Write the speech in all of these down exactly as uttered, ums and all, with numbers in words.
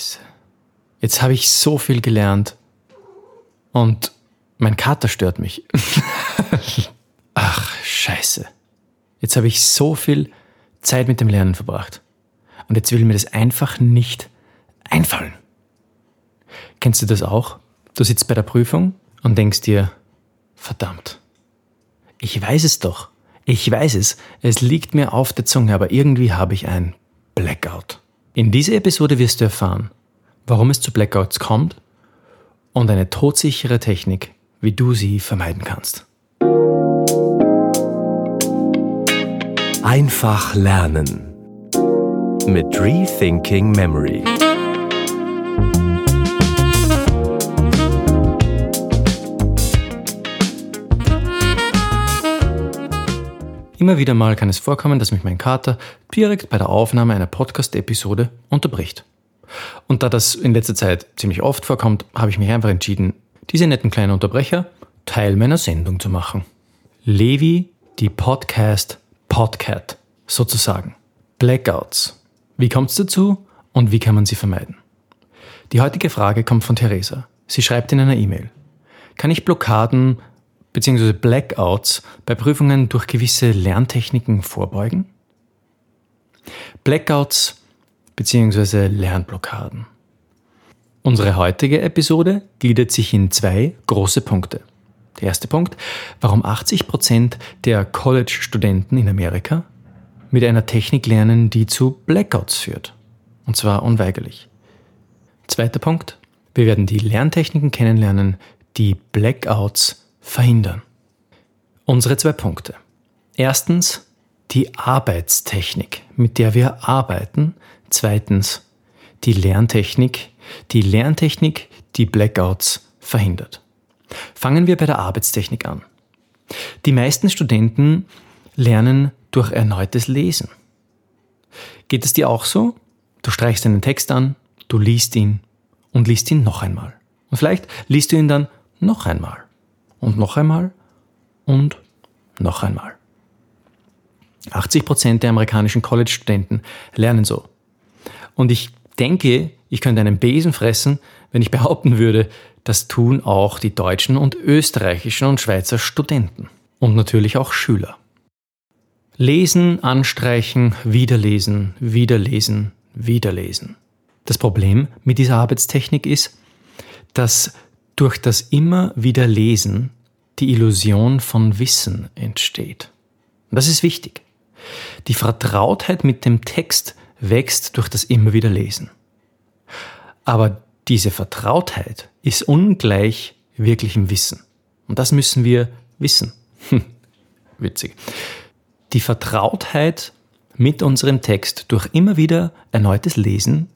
Scheiße. Jetzt habe ich so viel gelernt und mein Kater stört mich. Ach, Scheiße. Jetzt habe ich so viel Zeit mit dem Lernen verbracht und jetzt will mir das einfach nicht einfallen. Kennst du das auch? Du sitzt bei der Prüfung und denkst dir, verdammt, ich weiß es doch, ich weiß es, es liegt mir auf der Zunge, aber irgendwie habe ich ein Blackout. In dieser Episode wirst du erfahren, warum es zu Blackouts kommt und eine todsichere Technik, wie du sie vermeiden kannst. Einfach lernen mit Rethinking Memory. Immer wieder mal kann es vorkommen, dass mich mein Kater direkt bei der Aufnahme einer Podcast-Episode unterbricht. Und da das in letzter Zeit ziemlich oft vorkommt, habe ich mich einfach entschieden, diese netten kleinen Unterbrecher Teil meiner Sendung zu machen. Levi, die Podcast Podcat, sozusagen. Blackouts. Wie kommt es dazu und wie kann man sie vermeiden? Die heutige Frage kommt von Theresa. Sie schreibt in einer E-Mail: Kann ich Blockaden bzw. Blackouts bei Prüfungen durch gewisse Lerntechniken vorbeugen? Blackouts bzw. Lernblockaden. Unsere heutige Episode gliedert sich in zwei große Punkte. Der erste Punkt: Warum achtzig Prozent der College-Studenten in Amerika mit einer Technik lernen, die zu Blackouts führt. Und zwar unweigerlich. Zweiter Punkt: Wir werden die Lerntechniken kennenlernen, die Blackouts verhindern. Unsere zwei Punkte. Erstens die Arbeitstechnik, mit der wir arbeiten. Zweitens die Lerntechnik, die Lerntechnik, die Blackouts verhindert. Fangen wir bei der Arbeitstechnik an. Die meisten Studenten lernen durch erneutes Lesen. Geht es dir auch so? Du streichst einen Text an, du liest ihn und liest ihn noch einmal. Und vielleicht liest du ihn dann noch einmal und noch einmal und noch einmal. achtzig Prozent der amerikanischen College-Studenten lernen so. Und ich denke, ich könnte einen Besen fressen, wenn ich behaupten würde, das tun auch die deutschen und österreichischen und Schweizer Studenten. Und natürlich auch Schüler. Lesen, anstreichen, wiederlesen, wiederlesen, wiederlesen. Das Problem mit dieser Arbeitstechnik ist, dass durch das immer wieder Lesen die Illusion von Wissen entsteht. Und das ist wichtig. Die Vertrautheit mit dem Text wächst durch das immer wieder Lesen. Aber diese Vertrautheit ist ungleich wirklichem Wissen. Und das müssen wir wissen. Hm, witzig. Die Vertrautheit mit unserem Text durch immer wieder erneutes Lesen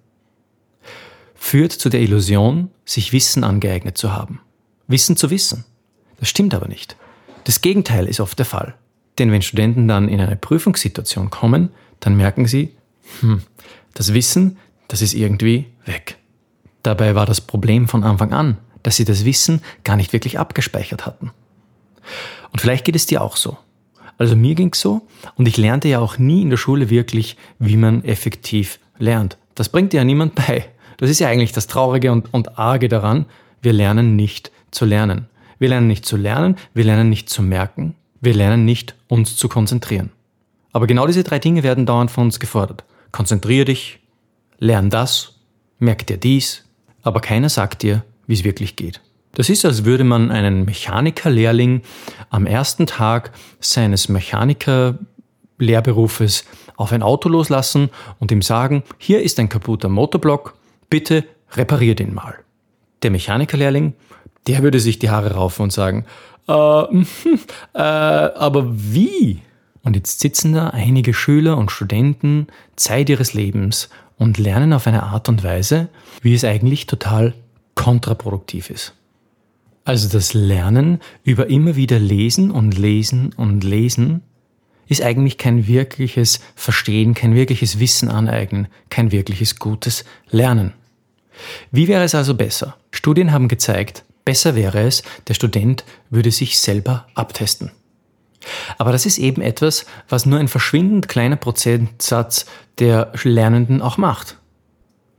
führt zu der Illusion, sich Wissen angeeignet zu haben. Wissen zu wissen. Das stimmt aber nicht. Das Gegenteil ist oft der Fall. Denn wenn Studenten dann in eine Prüfungssituation kommen, dann merken sie, hm, das Wissen, das ist irgendwie weg. Dabei war das Problem von Anfang an, dass sie das Wissen gar nicht wirklich abgespeichert hatten. Und vielleicht geht es dir auch so. Also mir ging es so und ich lernte ja auch nie in der Schule wirklich, wie man effektiv lernt. Das bringt dir ja niemand bei. Das ist ja eigentlich das Traurige und, und Arge daran. Wir lernen nicht zu lernen. Wir lernen nicht zu lernen, wir lernen nicht zu merken, wir lernen nicht, uns zu konzentrieren. Aber genau diese drei Dinge werden dauernd von uns gefordert. Konzentriere dich, lern das, merk dir dies, aber keiner sagt dir, wie es wirklich geht. Das ist, als würde man einen Mechanikerlehrling am ersten Tag seines Mechanikerlehrberufes auf ein Auto loslassen und ihm sagen, hier ist ein kaputter Motorblock, bitte reparier den mal. Der Mechanikerlehrling, der würde sich die Haare raufen und sagen, äh, äh, aber wie? Und jetzt sitzen da einige Schüler und Studenten Zeit ihres Lebens und lernen auf eine Art und Weise, wie es eigentlich total kontraproduktiv ist. Also das Lernen über immer wieder Lesen und Lesen und Lesen ist eigentlich kein wirkliches Verstehen, kein wirkliches Wissen aneignen, kein wirkliches gutes Lernen. Wie wäre es also besser? Studien haben gezeigt, besser wäre es, der Student würde sich selber abtesten. Aber das ist eben etwas, was nur ein verschwindend kleiner Prozentsatz der Lernenden auch macht.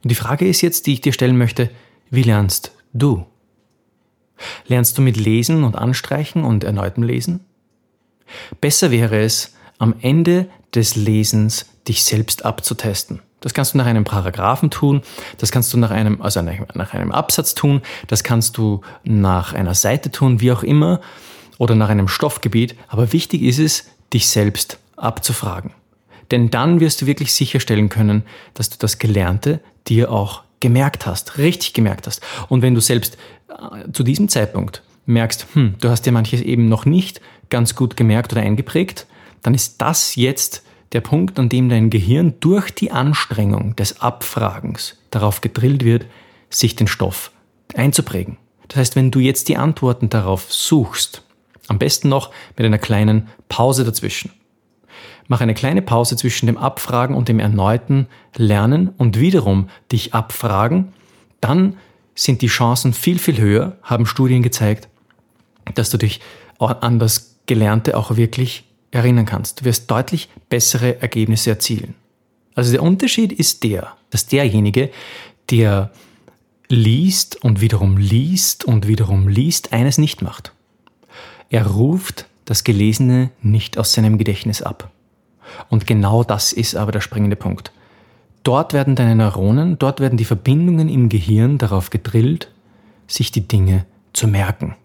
Und die Frage ist jetzt, die ich dir stellen möchte, wie lernst du? Lernst du mit Lesen und Anstreichen und erneutem Lesen? Besser wäre es, am Ende des Lesens dich selbst abzutesten. Das kannst du nach einem Paragraphen tun, das kannst du nach einem, also nach einem Absatz tun, das kannst du nach einer Seite tun, wie auch immer, oder nach einem Stoffgebiet. Aber wichtig ist es, dich selbst abzufragen. Denn dann wirst du wirklich sicherstellen können, dass du das Gelernte dir auch gemerkt hast, richtig gemerkt hast. Und wenn du selbst äh, zu diesem Zeitpunkt merkst, hm, du hast dir manches eben noch nicht ganz gut gemerkt oder eingeprägt, dann ist das jetzt der Punkt, an dem dein Gehirn durch die Anstrengung des Abfragens darauf gedrillt wird, sich den Stoff einzuprägen. Das heißt, wenn du jetzt die Antworten darauf suchst, am besten noch mit einer kleinen Pause dazwischen. Mach eine kleine Pause zwischen dem Abfragen und dem erneuten Lernen und wiederum dich abfragen, dann sind die Chancen viel, viel höher, haben Studien gezeigt, dass du dich an das Gelernte auch wirklich erinnern kannst. Du wirst deutlich bessere Ergebnisse erzielen. Also der Unterschied ist der, dass derjenige, der liest und wiederum liest und wiederum liest, eines nicht macht. Er ruft das Gelesene nicht aus seinem Gedächtnis ab. Und genau das ist aber der springende Punkt. Dort werden deine Neuronen, dort werden die Verbindungen im Gehirn darauf gedrillt, sich die Dinge zu merken.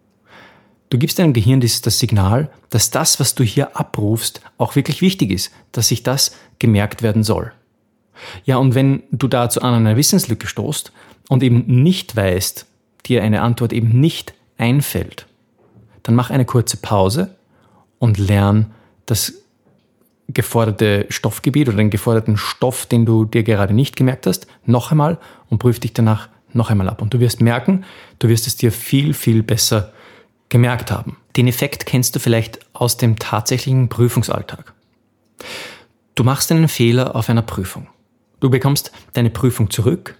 Du gibst deinem Gehirn das, das Signal, dass das, was du hier abrufst, auch wirklich wichtig ist, dass sich das gemerkt werden soll. Ja, und wenn du dazu an eine Wissenslücke stoßt und eben nicht weißt, dir eine Antwort eben nicht einfällt, dann mach eine kurze Pause und lern das geforderte Stoffgebiet oder den geforderten Stoff, den du dir gerade nicht gemerkt hast, noch einmal und prüf dich danach noch einmal ab. Und du wirst merken, du wirst es dir viel, viel besser gemerkt haben. Den Effekt kennst du vielleicht aus dem tatsächlichen Prüfungsalltag. Du machst einen Fehler auf einer Prüfung. Du bekommst deine Prüfung zurück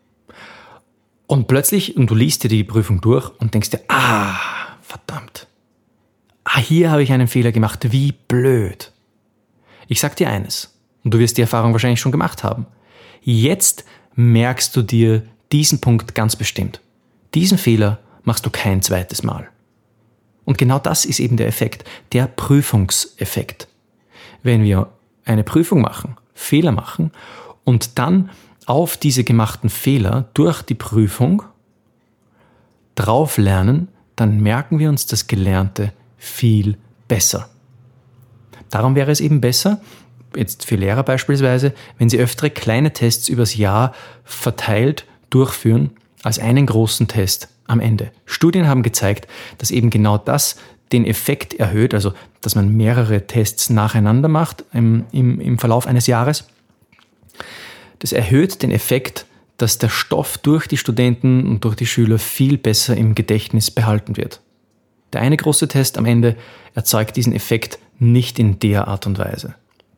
und plötzlich, und du liest dir die Prüfung durch und denkst dir, ah, verdammt, ah, hier habe ich einen Fehler gemacht, wie blöd. Ich sag dir eines, und du wirst die Erfahrung wahrscheinlich schon gemacht haben. Jetzt merkst du dir diesen Punkt ganz bestimmt. Diesen Fehler machst du kein zweites Mal. Und genau das ist eben der Effekt, der Prüfungseffekt. Wenn wir eine Prüfung machen, Fehler machen und dann auf diese gemachten Fehler durch die Prüfung drauf lernen, dann merken wir uns das Gelernte viel besser. Darum wäre es eben besser, jetzt für Lehrer beispielsweise, wenn sie öftere kleine Tests übers Jahr verteilt durchführen, als einen großen Test am Ende. Studien haben gezeigt, dass eben genau das den Effekt erhöht, also dass man mehrere Tests nacheinander macht im, im, im Verlauf eines Jahres. Das erhöht den Effekt, dass der Stoff durch die Studenten und durch die Schüler viel besser im Gedächtnis behalten wird. Der eine große Test am Ende erzeugt diesen Effekt nicht in der Art und Weise.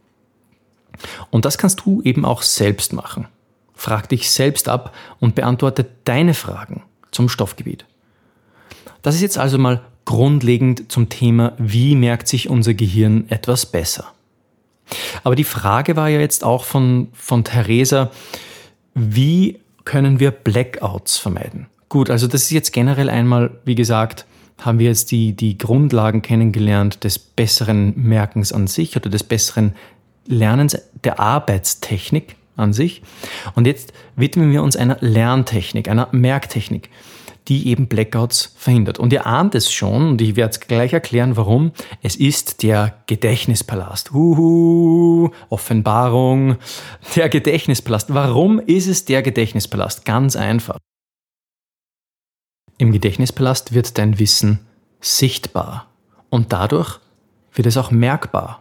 Und das kannst du eben auch selbst machen. Frag dich selbst ab und beantworte deine Fragen zum Stoffgebiet. Das ist jetzt also mal grundlegend zum Thema, wie merkt sich unser Gehirn etwas besser. Aber die Frage war ja jetzt auch von, von Theresa, wie können wir Blackouts vermeiden? Gut, also das ist jetzt generell einmal, wie gesagt, haben wir jetzt die, die Grundlagen kennengelernt des besseren Merkens an sich oder des besseren Lernens der Arbeitstechnik an sich. Und jetzt widmen wir uns einer Lerntechnik, einer Merktechnik, die eben Blackouts verhindert. Und ihr ahnt es schon, und ich werde es gleich erklären, warum. Es ist der Gedächtnispalast. Uhu, Offenbarung, der Gedächtnispalast. Warum ist es der Gedächtnispalast? Ganz einfach. Im Gedächtnispalast wird dein Wissen sichtbar und dadurch wird es auch merkbar.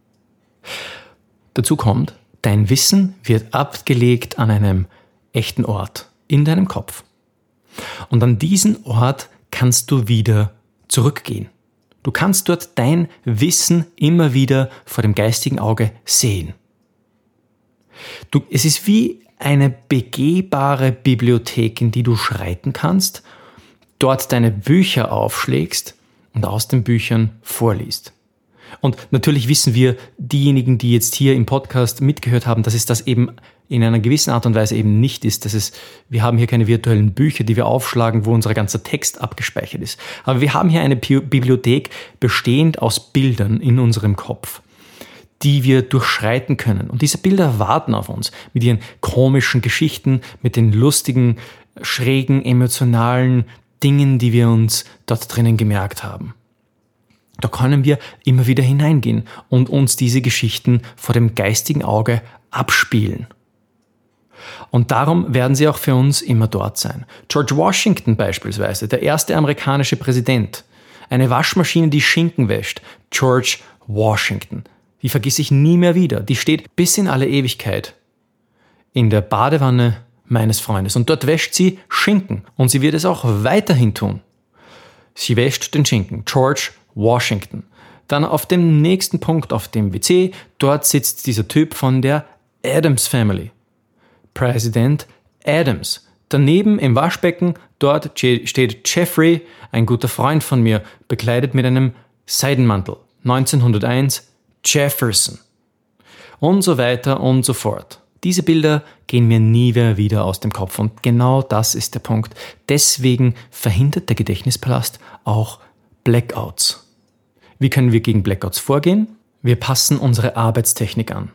Dazu kommt, dein Wissen wird abgelegt an einem echten Ort in deinem Kopf. Und an diesen Ort kannst du wieder zurückgehen. Du kannst dort dein Wissen immer wieder vor dem geistigen Auge sehen. Du, es ist wie eine begehbare Bibliothek, in die du schreiten kannst, dort deine Bücher aufschlägst und aus den Büchern vorliest. Und natürlich wissen wir, diejenigen, die jetzt hier im Podcast mitgehört haben, dass es das eben in einer gewissen Art und Weise eben nicht ist. Das ist, wir haben hier keine virtuellen Bücher, die wir aufschlagen, wo unser ganzer Text abgespeichert ist. Aber wir haben hier eine Bibliothek bestehend aus Bildern in unserem Kopf, die wir durchschreiten können. Und diese Bilder warten auf uns mit ihren komischen Geschichten, mit den lustigen, schrägen, emotionalen Dingen, die wir uns dort drinnen gemerkt haben. Da können wir immer wieder hineingehen und uns diese Geschichten vor dem geistigen Auge abspielen. Und darum werden sie auch für uns immer dort sein. George Washington beispielsweise, der erste amerikanische Präsident. Eine Waschmaschine, die Schinken wäscht. George Washington. Die vergiss ich nie mehr wieder. Die steht bis in alle Ewigkeit in der Badewanne meines Freundes. Und dort wäscht sie Schinken. Und sie wird es auch weiterhin tun. Sie wäscht den Schinken. George Washington. Dann auf dem nächsten Punkt, auf dem W C, dort sitzt dieser Typ von der Addams Family. Präsident Adams. Daneben im Waschbecken, dort steht Jeffrey, ein guter Freund von mir, bekleidet mit einem Seidenmantel. neunzehnhunderteins, Jefferson. Und so weiter und so fort. Diese Bilder gehen mir nie mehr wieder aus dem Kopf und genau das ist der Punkt. Deswegen verhindert der Gedächtnispalast auch Blackouts. Wie können wir gegen Blackouts vorgehen? Wir passen unsere Arbeitstechnik an.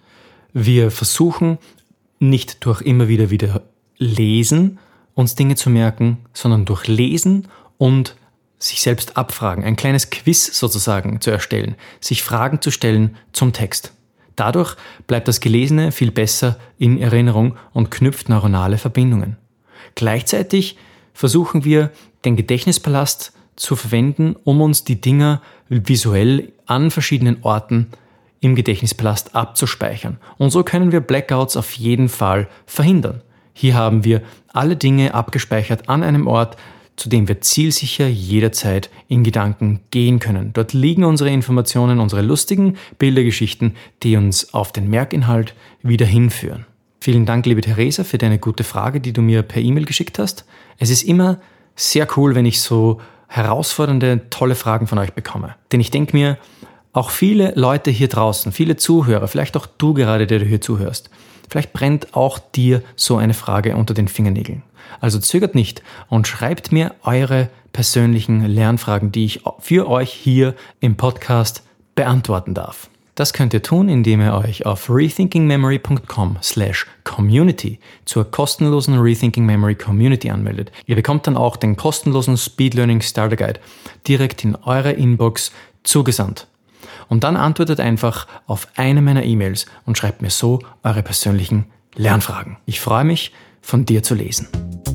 Wir versuchen nicht durch immer wieder wieder Lesen uns Dinge zu merken, sondern durch Lesen und sich selbst abfragen, ein kleines Quiz sozusagen zu erstellen, sich Fragen zu stellen zum Text. Dadurch bleibt das Gelesene viel besser in Erinnerung und knüpft neuronale Verbindungen. Gleichzeitig versuchen wir, den Gedächtnispalast zu verwenden, um uns die Dinger visuell an verschiedenen Orten im Gedächtnispalast abzuspeichern. Und so können wir Blackouts auf jeden Fall verhindern. Hier haben wir alle Dinge abgespeichert an einem Ort, zu dem wir zielsicher jederzeit in Gedanken gehen können. Dort liegen unsere Informationen, unsere lustigen Bildergeschichten, die uns auf den Merkinhalt wieder hinführen. Vielen Dank, liebe Theresa, für deine gute Frage, die du mir per E-Mail geschickt hast. Es ist immer sehr cool, wenn ich so herausfordernde, tolle Fragen von euch bekomme. Denn ich denke mir, auch viele Leute hier draußen, viele Zuhörer, vielleicht auch du gerade, der du hier zuhörst, vielleicht brennt auch dir so eine Frage unter den Fingernägeln. Also zögert nicht und schreibt mir eure persönlichen Lernfragen, die ich für euch hier im Podcast beantworten darf. Das könnt ihr tun, indem ihr euch auf rethinkingmemory.com slash community zur kostenlosen Rethinking Memory Community anmeldet. Ihr bekommt dann auch den kostenlosen Speed Learning Starter Guide direkt in eure Inbox zugesandt. Und dann antwortet einfach auf eine meiner E-Mails und schreibt mir so eure persönlichen Lernfragen. Ich freue mich, von dir zu lesen.